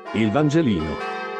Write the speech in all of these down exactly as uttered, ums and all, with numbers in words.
Il Vangelino.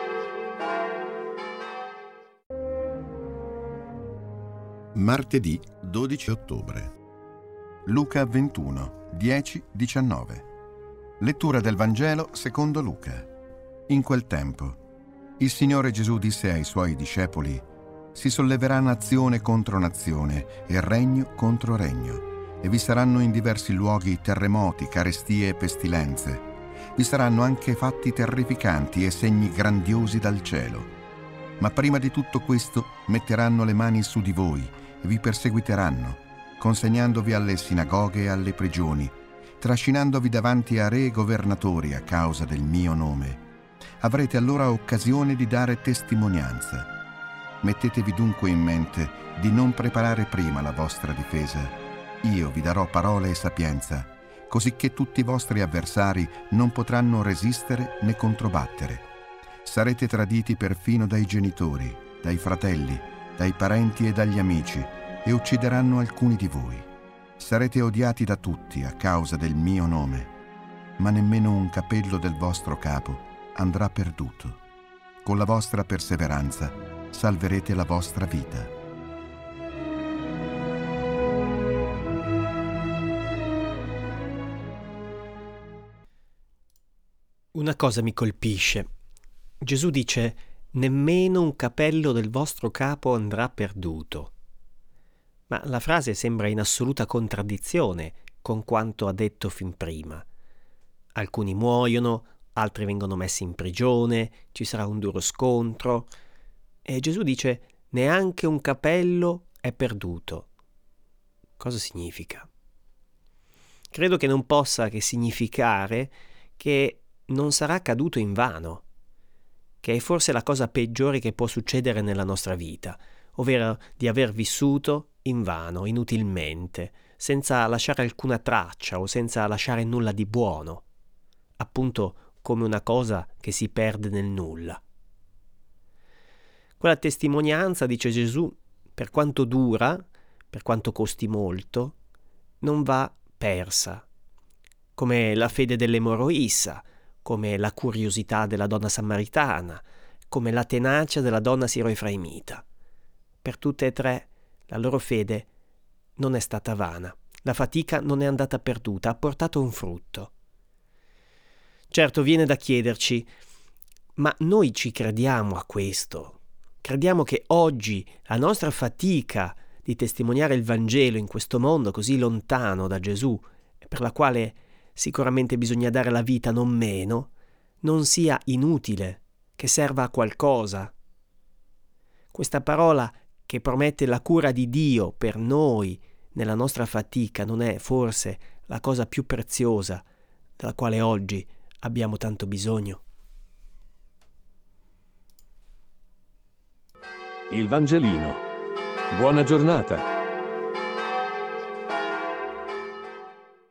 Martedì dodici ottobre. Luca ventuno, dieci diciannove. Lettura del Vangelo secondo Luca. In quel tempo, il Signore Gesù disse ai Suoi discepoli: si solleverà nazione contro nazione e regno contro regno, e vi saranno in diversi luoghi terremoti, carestie e pestilenze. Vi saranno anche fatti terrificanti e segni grandiosi dal cielo. Ma prima di tutto questo metteranno le mani su di voi e vi perseguiteranno, consegnandovi alle sinagoghe e alle prigioni, trascinandovi davanti a re e governatori a causa del mio nome. Avrete allora occasione di dare testimonianza. Mettetevi dunque in mente di non preparare prima la vostra difesa. Io vi darò parole e sapienza, cosicché tutti i vostri avversari non potranno resistere né controbattere. Sarete traditi perfino dai genitori, dai fratelli, dai parenti e dagli amici, e uccideranno alcuni di voi. Sarete odiati da tutti a causa del mio nome, ma nemmeno un capello del vostro capo andrà perduto. Con la vostra perseveranza salverete la vostra vita. Una cosa mi colpisce. Gesù dice: nemmeno un capello del vostro capo andrà perduto. Ma la frase sembra in assoluta contraddizione con quanto ha detto fin prima. Alcuni muoiono, altri vengono messi in prigione, ci sarà un duro scontro. E Gesù dice: neanche un capello è perduto. Cosa significa? Credo che non possa che significare che non sarà caduto invano, che è forse la cosa peggiore che può succedere nella nostra vita, ovvero di aver vissuto invano, inutilmente, senza lasciare alcuna traccia o senza lasciare nulla di buono, appunto come una cosa che si perde nel nulla. Quella testimonianza, dice Gesù, per quanto dura, per quanto costi molto, non va persa, come la fede dell'emoroissa, come la curiosità della donna samaritana, come la tenacia della donna siro-efraimita. Per tutte e tre la loro fede non è stata vana, la fatica non è andata perduta, ha portato un frutto. Certo, viene da chiederci: ma noi ci crediamo a questo? Crediamo che oggi la nostra fatica di testimoniare il Vangelo in questo mondo così lontano da Gesù, per la quale sicuramente bisogna dare la vita non meno, non sia inutile, che serva a qualcosa? Questa parola che promette la cura di Dio per noi nella nostra fatica non è forse la cosa più preziosa della quale oggi abbiamo tanto bisogno? Il Vangelino. Buona giornata.